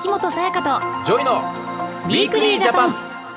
秋元才加とジョイのウィークリージャパン。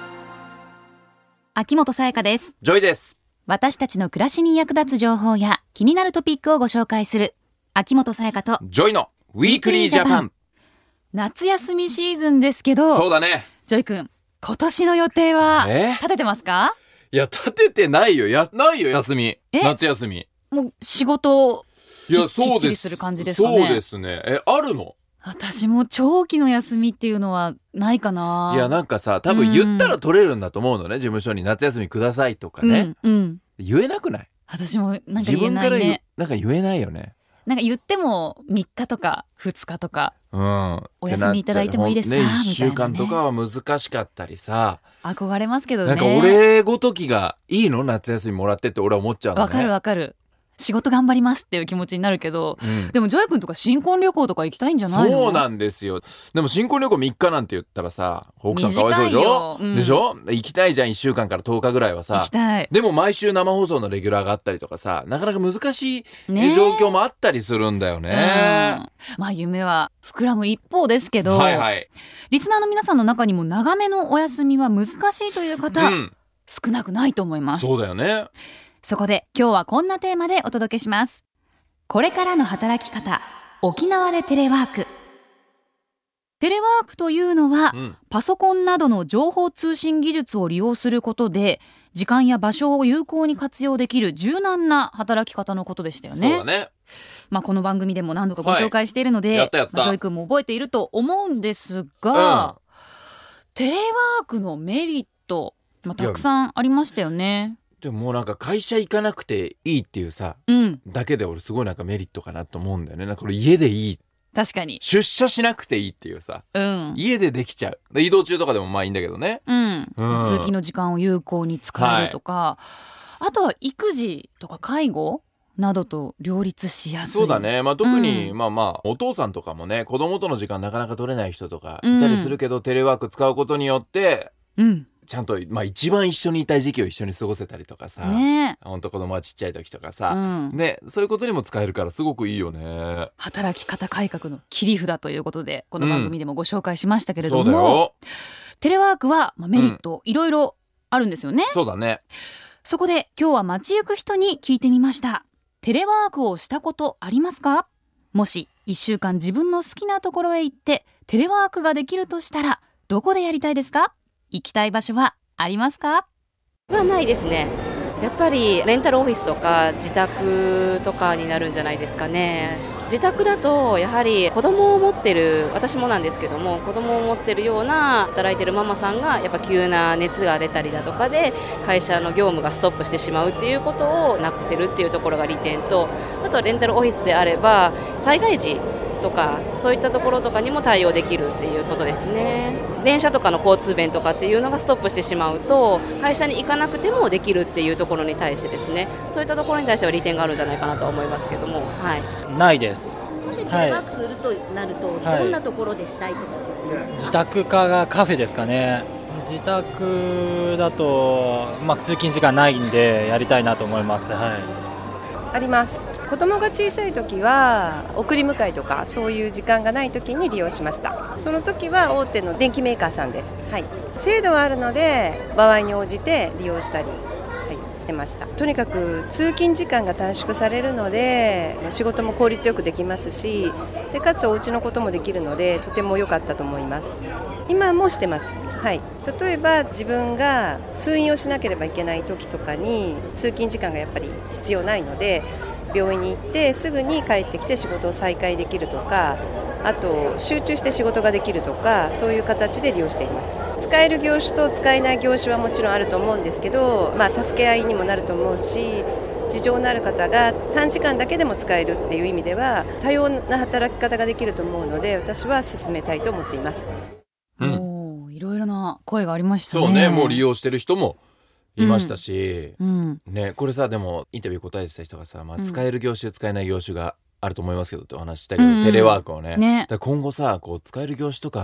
秋元才加です。 ジョイです。 私たちの暮らしに役立つ情報や気になるトピックをご紹介する秋元才加とジョイのウィークリージャパン。 夏休みシーズンですけど、 そうだね。 ジョイ君、今年の予定は立ててますか？ いや、立ててないよ。ないよ、休み。夏休み。 もう仕事をいや、 きっちりする感じですかね。 そうですね。あるの？ 私も長期の休みっていうのはないかな。 いや、なんかさ、多分言ったら取れるんだと思うのね、事務所に夏休みくださいとかね。言えなくない？ 私もなんか言えないね。 自分からなんか言えないよね。 なんか言っても3日とか2日とか、お休みいただいてもいいですか、みたいなね。 1週間とかは難しかったりさ。 憧れますけどね。 なんか俺ごときがいいの？夏休みもらってって俺は思っちゃうのね。 わかる。仕事頑張りますっていう気持ちになるけど、でもジョイ君とか新婚旅行とか行きたいんじゃないの？ そうなんですよ。でも新婚旅行3日なんて言ったらさ、奥さんかわいそうでしょ、でしょ？行きたいじゃん、1週間から10日ぐらいはさ。 行きたい。 でも毎週生放送のレギュラーがあったりとかさ、なかなか難しい状況もあったりするんだよね。 まあ夢は膨らむ一方ですけど、リスナーの皆さんの中にも長めのお休みは難しいという方、少なくないと思います。 そうだよね。 そこで今日はこんなテーマでお届けします。これからの働き方、沖縄でテレワーク。テレワークというのは、パソコンなどの情報通信技術を利用することで時間や場所を有効に活用できる柔軟な働き方のことでしたよね。 そうだね。 この番組でも何度かご紹介しているので、 やったジョイ君も覚えていると思うんですが、テレワークのメリット、たくさんありましたよね。 でももうなんか会社行かなくていいっていうさ、だけで俺すごいなんかメリットかなと思うんだよね。なんかこれ家でいい。 確かに。 出社しなくていいっていうさ、家でできちゃう。移動中とかでもまあいいんだけどね。 通勤の時間を有効に使えるとか、あとは育児とか介護などと両立しやすい。 そうだね。特にお父さんとかもね、子供との時間なかなか取れない人とかいたりするけど、テレワーク使うことによって、ちゃんと一番一緒にいたい時期を一緒に過ごせたりとかさ、ほんと子供はちっちゃい時とかさ、そういうことにも使えるからすごくいいよね。 働き方改革の切り札ということでこの番組でもご紹介しましたけれども、テレワークはメリットいろいろあるんですよね。 そうだね。 そこで今日は街行く人に聞いてみました。テレワークをしたことありますか？もし1週間自分の好きなところへ行ってテレワークができるとしたらどこでやりたいですか？行きたい場所はありますか？ ないですね。やっぱりレンタルオフィスとか自宅とかになるんじゃないですかね。自宅だとやはり子供を持ってる、私もなんですけども、子供を持ってるような働いてるママさんがやっぱ急な熱が出たりだとかで会社の業務がストップしてしまうっていうことをなくせるっていうところが利点と、あとはレンタルオフィスであれば災害時とかそういったところとかにも対応できるっていうことですね。電車とかの交通便とかっていうのがストップしてしまうと会社に行かなくてもできるっていうところに対してですね、そういったところに対しては利点があるんじゃないかなと思いますけども、 ないです。 もしテレワークするとなると、どんなところでしたいとかって言ってますか？ 自宅かがカフェですかね。自宅だと、通勤時間ないんでやりたいなと思います。 あります。子供が小さい時は送り迎えとかそういう時間がない時に利用しました。その時は大手の電機メーカーさんです。制度はあるので場合に応じて利用したり、してました。とにかく通勤時間が短縮されるので仕事も効率よくできますし、でかつお家のこともできるのでとても良かったと思います。今もしてます。例えば自分が通院をしなければいけない時とかに通勤時間がやっぱり必要ないので、病院に行ってすぐに帰ってきて仕事を再開できるとか、あと集中して仕事ができるとか、そういう形で利用しています。使える業種と使えない業種はもちろんあると思うんですけど、助け合いにもなると思うし、事情のある方が短時間だけでも使えるっていう意味では多様な働き方ができると思うので、私は進めたいと思っています。 いろいろな声がありましたね。 そうね、もう利用してる人もいましたし、これさ、でもインタビュー答えてた人がさ、使える業種使えない業種があると思いますけどってお話したけど、テレワークをね、だ今後さ、こう使える業種とか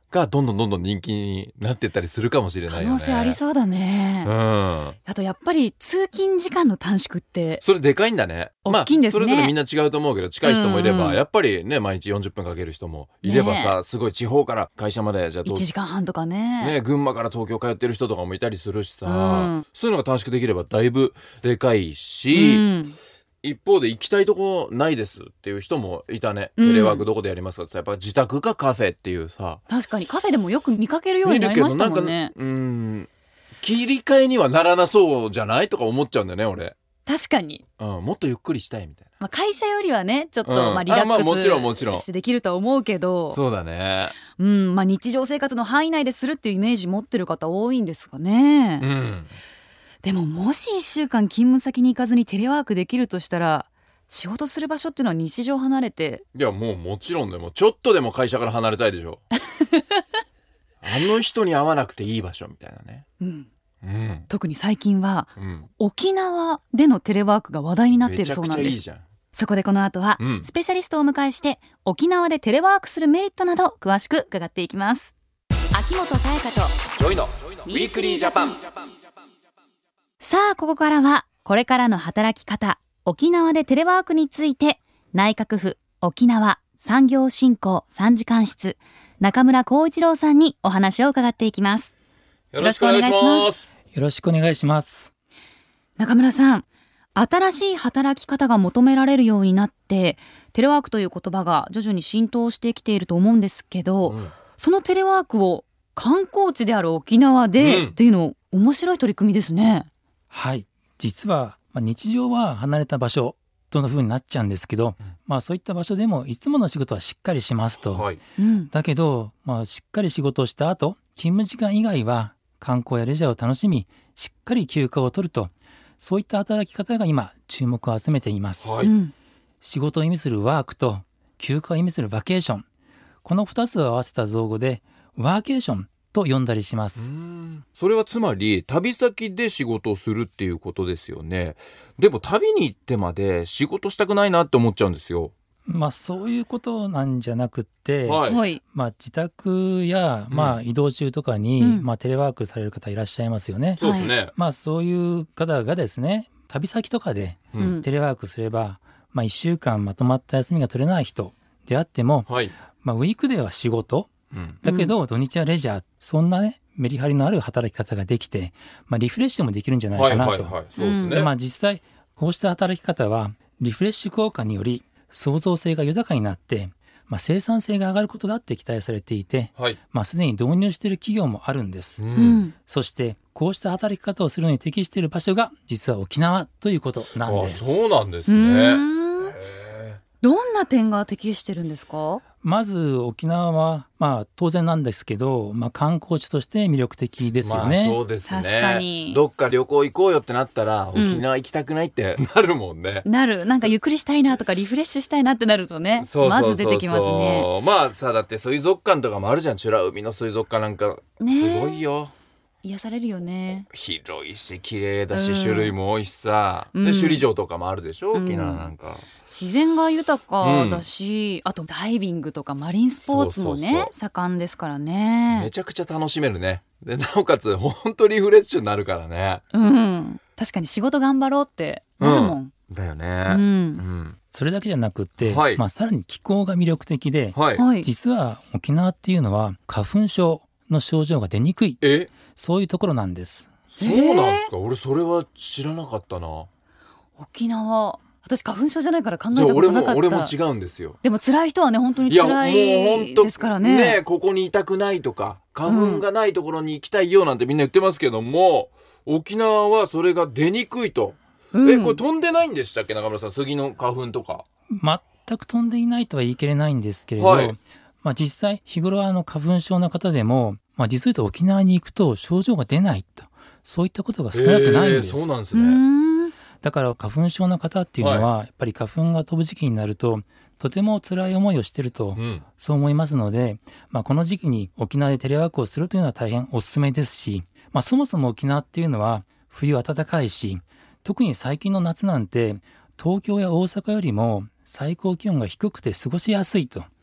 がどんどん人気になってったりするかもしれないよね。 可能性ありそうだね、あとやっぱり通勤時間の短縮ってそれでかいんだね。 大きいんですね、 それぞれみんな違うと思うけど、近い人もいれば、やっぱりね毎日40分かける人もいればさ、すごい地方から会社までじゃあ 1時間半とかね群馬から東京通ってる人とかもいたりするしさ、そういうのが短縮できればだいぶでかいし、一方で行きたいとこないですっていう人もいたね。テレワークどこでやりますかってやっぱ自宅かカフェっていうさ。 確かにカフェでもよく見かけるようになりましたもんね。 切り替えにはならなそうじゃないとか思っちゃうんだよね俺。 確かに、 もっとゆっくりしたいみたいな、 会社よりはねちょっと、リラックスしてできるとは思うけど、 そうだね、 日常生活の範囲内でするっていうイメージ持ってる方多いんですがね、でももし1週間勤務先に行かずにテレワークできるとしたら仕事する場所っていうのは日常離れて、 いやもちろんでもちょっとでも会社から離れたいでしょあの人に会わなくていい場所みたいなね、 特に最近は、沖縄でのテレワークが話題になっているそうなんです。 めちゃくちゃいいじゃん。 そこでこの後は、スペシャリストをお迎えして沖縄でテレワークするメリットなど詳しく伺っていきます。秋元彩香とジョイのウィークリージャパン。 さあここからはこれからの働き方、沖縄でテレワークについて内閣府沖縄産業振興参事官室中村光一郎さんにお話を伺っていきます。 よろしくお願いします。 よろしくお願いします。 中村さん、新しい働き方が求められるようになってテレワークという言葉が徐々に浸透してきていると思うんですけど、そのテレワークを観光地である沖縄で、っていうの面白い取り組みですね。 はい、実は、日常は離れた場所との風になっちゃうんですけど、そういった場所でもいつもの仕事はしっかりしますと、だけど、しっかり仕事をした後勤務時間以外は観光やレジャーを楽しみしっかり休暇を取ると、そういった働き方が今注目を集めています、仕事を意味するワークと休暇を意味するバケーション、この2つを合わせた造語でワーケーションと呼んだりします。 それはつまり旅先で仕事をするっていうことですよね。でも旅に行ってまで仕事したくないなって思っちゃうんですよ。 そういうことなんじゃなくて、自宅や、移動中とかに、テレワークされる方いらっしゃいますよね。 そうですね。 そういう方がですね、旅先とかでテレワークすれば、1週間まとまった休みが取れない人であっても、ウィークデーは仕事、だけど土日はレジャー、そんなねメリハリのある働き方ができて、リフレッシュもできるんじゃないかなと。実際こうした働き方はリフレッシュ効果により創造性が豊かになって、生産性が上がることだって期待されていて、すでに導入している企業もあるんです、そしてこうした働き方をするのに適している場所が実は沖縄ということなんです。 そうなんですね。 どんな点が適してるんですか？ まず沖縄は、当然なんですけど、観光地として魅力的ですよね。 そうですね。 確かにどっか旅行行こうよってなったら、沖縄行きたくないってなるもんね。 なんかゆっくりしたいなとかリフレッシュしたいなってなるとね、まず出てきますね。 だって水族館とかもあるじゃん。美ら海の水族館なんかすごいよ、 癒されるよね。 広いし綺麗だし、種類も多いしさ、で首里城とかもあるでしょ、沖縄なんか。 自然が豊かだし、あとダイビングとかマリンスポーツもね盛んですからね。 めちゃくちゃ楽しめるね。でなおかつ本当リフレッシュになるからね。 確かに仕事頑張ろうってなるもん、 だよね。 それだけじゃなくて、さらに気候が魅力的で、実は沖縄っていうのは花粉症の症状が出にくい、そういうところなんです。 そうなんですか。俺それは知らなかったな。 沖縄、私花粉症じゃないから考えたことなかった。 俺も違うんですよ。 でも辛い人はね本当に辛いですからね。 ここにいたくないとか花粉がないところに行きたいよなんてみんな言ってますけども、沖縄はそれが出にくいと。これ飛んでないんでしたっけ、中村さん、杉の花粉とか。 全く飛んでいないとは言い切れないんですけれど、実際日頃は花粉症の方でも、実は言うと沖縄に行くと症状が出ないと、そういったことが少なくないんです。 そうなんですね。 だから花粉症の方っていうのは、やっぱり花粉が飛ぶ時期になるととても辛い思いをしていると、そう思いますので、この時期に沖縄でテレワークをするというのは大変おすすめですし、そもそも沖縄っていうのは冬暖かいし、特に最近の夏なんて東京や大阪よりも最高気温が低くて過ごしやすいと、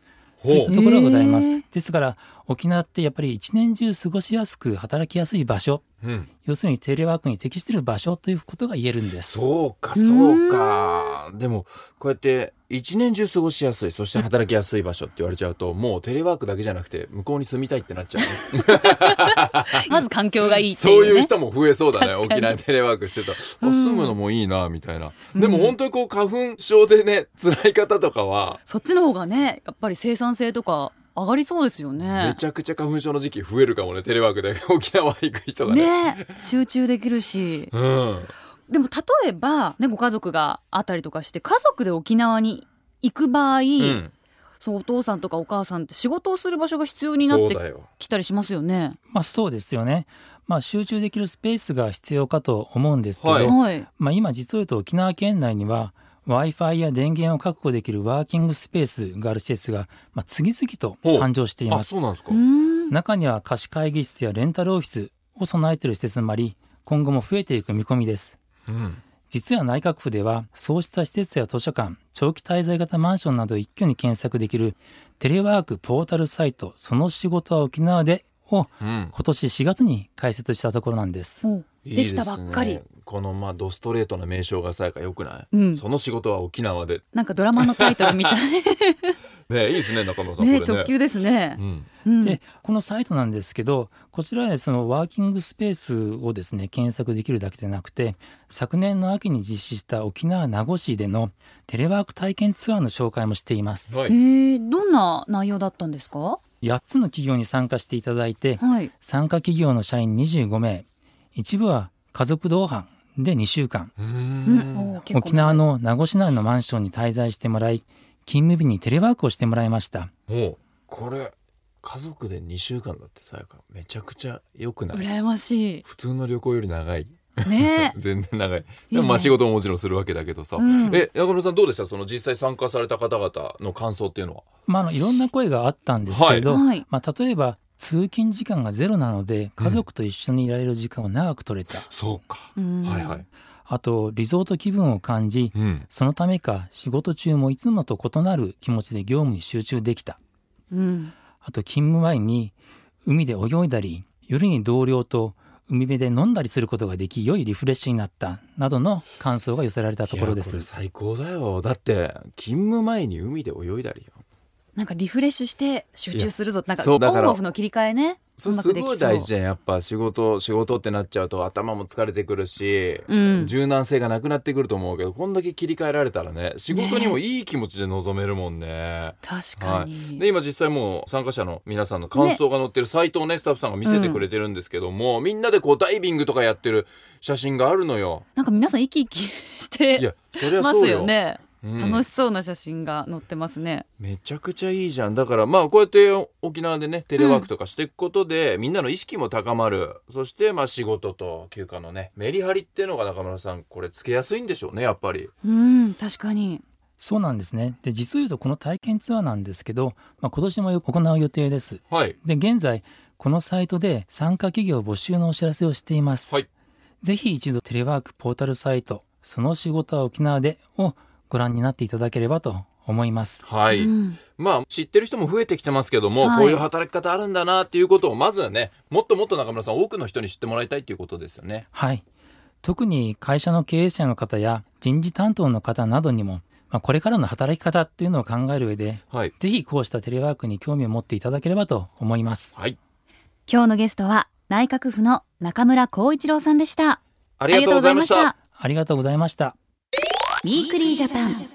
そういったところがございます。ですから沖縄ってやっぱり一年中過ごしやすく働きやすい場所、要するにテレワークに適している場所ということが言えるんです。 そうかそうか。でもこうやって一年中過ごしやすい、そして働きやすい場所って言われちゃうと、もうテレワークだけじゃなくて向こうに住みたいってなっちゃう、ね、 まず環境がいいっていうね。 そういう人も増えそうだね。沖縄テレワークしてたら住むのもいいなみたいな、でも本当にこう花粉症でね辛い方とかはそっちの方がねやっぱり生産性とか上がりそうですよね。 めちゃくちゃ花粉症の時期増えるかもね、テレワークで沖縄行く人が ね集中できるし、でも例えば、ね、ご家族があったりとかして家族で沖縄に行く場合、そうお父さんとかお母さんって仕事をする場所が必要になってきたりしますよね。 そうですよね。集中できるスペースが必要かと思うんですけど、今実を言うと沖縄県内にはWi-Fi や電源を確保できるワーキングスペースがある施設が、次々と誕生しています。 そうなんですか。 中には貸し会議室やレンタルオフィスを備えている施設もあり、今後も増えていく見込みです。実は内閣府ではそうした施設や図書館、長期滞在型マンションなど一挙に検索できるテレワークポータルサイト、その仕事は沖縄でを今年4月に開設したところなんです。 できたばっかり。いいですね、 このドストレートな名称がさやかよくない、その仕事は沖縄で。 なんかドラマのタイトルみたいね、いいですね中野さん、 ね、直球ですね、 でこのサイトなんですけど、こちらでそのワーキングスペースをですね検索できるだけでなくて、昨年の秋に実施した沖縄名護市でのテレワーク体験ツアーの紹介もしています。 どんな内容だったんですか ？8つの企業に参加していただいて、参加企業の社員25名、一部は家族同伴で2週間、沖縄の名護市内のマンションに滞在してもらい、勤務日にテレワークをしてもらいました。 これ家族で2週間だってさやかめちゃくちゃ良くない？ 羨ましい。 普通の旅行より長いね全然長い。でも仕事ももちろんするわけだけどさ、中村さんどうでした？その実際参加された方々の感想っていうのは。 いろんな声があったんですけれど、例えば通勤時間がゼロなので家族と一緒にいられる時間を長く取れた、 そうか、 あとリゾート気分を感じ、そのためか仕事中もいつもと異なる気持ちで業務に集中できた、あと勤務前に海で泳いだり、夜に同僚と海辺で飲んだりすることができ、良いリフレッシュになったなどの感想が寄せられたところです。 これ最高だよ。だって勤務前に海で泳いだりよ。 なんかリフレッシュして集中するぞ、なんかオンオフの切り替えね、 すごい大事じゃん。やっぱ仕事ってなっちゃうと頭も疲れてくるし、柔軟性がなくなってくると思うけど、こんだけ切り替えられたらね、仕事にもいい気持ちで臨めるもんね。 確かに、 で今実際もう参加者の皆さんの感想が載ってるサイトをねスタッフさんが見せてくれてるんですけども、みんなでこうダイビングとかやってる写真があるのよ。 なんか皆さん生き生きしてますよね。楽しそうな写真が載ってますね。 めちゃくちゃいいじゃん。だからこうやって沖縄でねテレワークとかしていくことで、みんなの意識も高まる。そして仕事と休暇のねメリハリっていうのが中村さんこれつけやすいんでしょうね、やっぱり。 確かにそうなんですね。で実を言うとこの体験ツアーなんですけど、今年も行う予定です。で現在このサイトで参加企業募集のお知らせをしています。ぜひ一度テレワークポータルサイト、その仕事は沖縄でをご覧になっていただければと思います。 知ってる人も増えてきてますけども、こういう働き方あるんだなっていうことをまずはね、もっともっと中村さん多くの人に知ってもらいたいということですよね。 特に会社の経営者の方や人事担当の方などにも、これからの働き方っていうのを考える上で、ぜひこうしたテレワークに興味を持っていただければと思います。 今日のゲストは内閣府の中村光一郎さんでした。 ありがとうございました。 ありがとうございました。 ウィークリージャパン。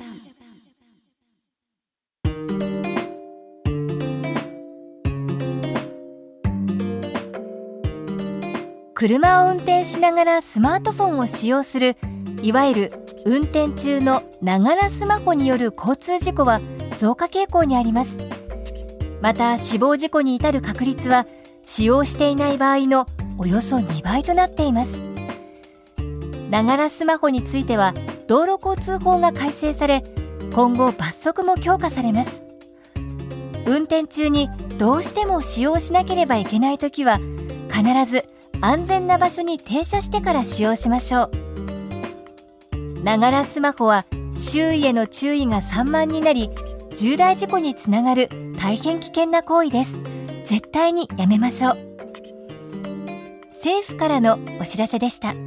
車を運転しながらスマートフォンを使用する、いわゆる運転中のながらスマホによる交通事故は増加傾向にあります。また死亡事故に至る確率は使用していない場合のおよそ2倍となっています。ながらスマホについては道路交通法が改正され、今後罰則も強化されます。運転中にどうしても使用しなければいけないときは、必ず安全な場所に停車してから使用しましょう。ながらスマホは周囲への注意が散漫になり、 重大事故につながる大変危険な行為です。絶対にやめましょう。政府からのお知らせでした。ウ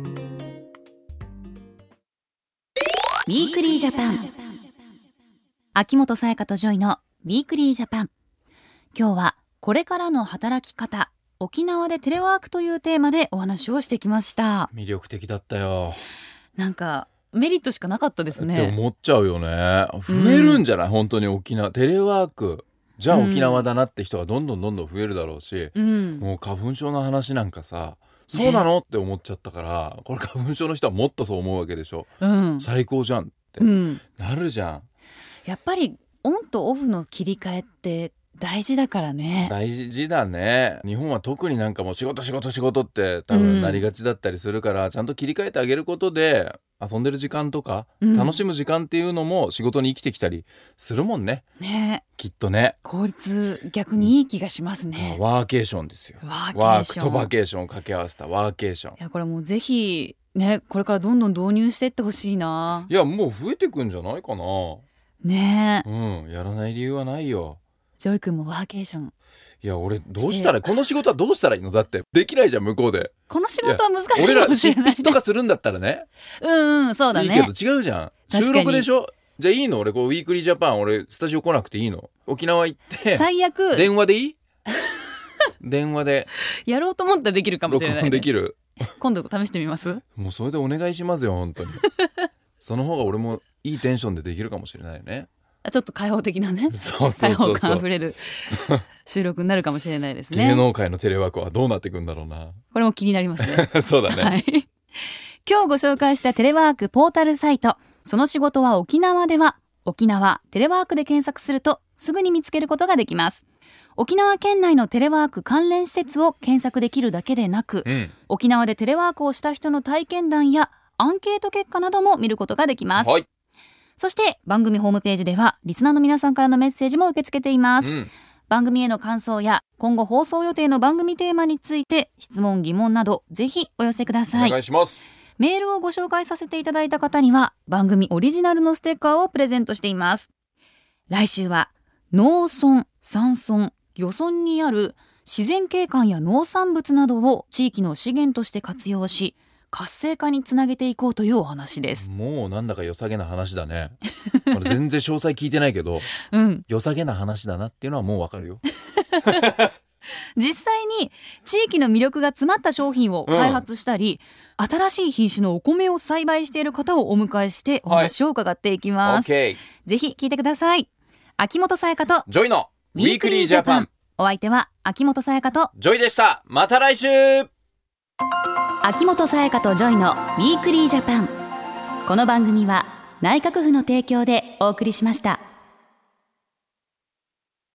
ィークリージャパン、秋元才加とジョイのウィークリージャパン。今日はこれからの働き方、沖縄でテレワークというテーマでお話をしてきました。 魅力的だったよ。 なんかメリットしかなかったですねって思っちゃうよね。増えるんじゃない、本当に沖縄テレワークじゃあ沖縄だなって人がどんどん増えるだろうし、もう花粉症の話なんかさ、そうなのって思っちゃったから、これ花粉症の人はもっとそう思うわけでしょ、最高じゃんってなるじゃん。 やっぱりオンとオフの切り替えって大事だからね。 大事だね。日本は特になんかもう仕事って多分なりがちだったりするから、ちゃんと切り替えてあげることで遊んでる時間とか、楽しむ時間っていうのも仕事に生きてきたりするもんね。きっとね。 効率逆にいい気がしますね。 ワーケーションですよ。ワークとバケーションを掛け合わせたワーケーション。 いや、これもうぜひね、これからどんどん導入していってほしいな。 いや、もう増えてくんじゃないかな。 ねえ、やらない理由はないよ。 ジョイ君もワーケーション。 いや、俺どうしたら、この仕事はどうしたらいいの？だってできないじゃん、向こうで。 この仕事は難しいかもしれない、ね、俺ら執筆とかするんだったらねそうだね。 いいけど違うじゃん。収録でしょ。じゃあいいの？俺こうウィークリージャパン、俺スタジオ来なくていいの？沖縄行って最悪電話でいい？電話でやろうと思ったらできるかもしれない、ね、 録音できる。 今度試してみます？ もうそれでお願いしますよ、本当に。その方が俺もいいテンションでできるかもしれないよね。 ちょっと開放的なね、 そう開放感あふれる収録になるかもしれないですね。 芸能界のテレワークはどうなっていくんだろうな。 これも気になりますね。 そうだね、 はい、今日ご紹介したテレワークポータルサイト、その仕事は沖縄では、沖縄テレワークで検索するとすぐに見つけることができます。沖縄県内のテレワーク関連施設を検索できるだけでなく、沖縄でテレワークをした人の体験談やアンケート結果なども見ることができます。はい、そして番組ホームページではリスナーの皆さんからのメッセージも受け付けています。番組への感想や今後放送予定の番組テーマについて質問疑問などぜひお寄せください。 お願いします。 メールをご紹介させていただいた方には番組オリジナルのステッカーをプレゼントしています。来週は農村、山村、漁村にある自然景観や農産物などを地域の資源として活用し活性化につなげていこうというお話です。 もうなんだか良さげな話だね。俺全然詳細聞いてないけど、良さげな話だなっていうのはもうわかるよ。 実際に地域の魅力が詰まった商品を開発したり、新しい品種のお米を栽培している方をお迎えしてお話を伺っていきます。ぜひ聞いてください。秋元才加とジョイのウィークリージャパン。 お相手は秋元才加とジョイでした。また来週。 秋元才加とジョイのウィークリージャパン。この番組は内閣府の提供でお送りしました。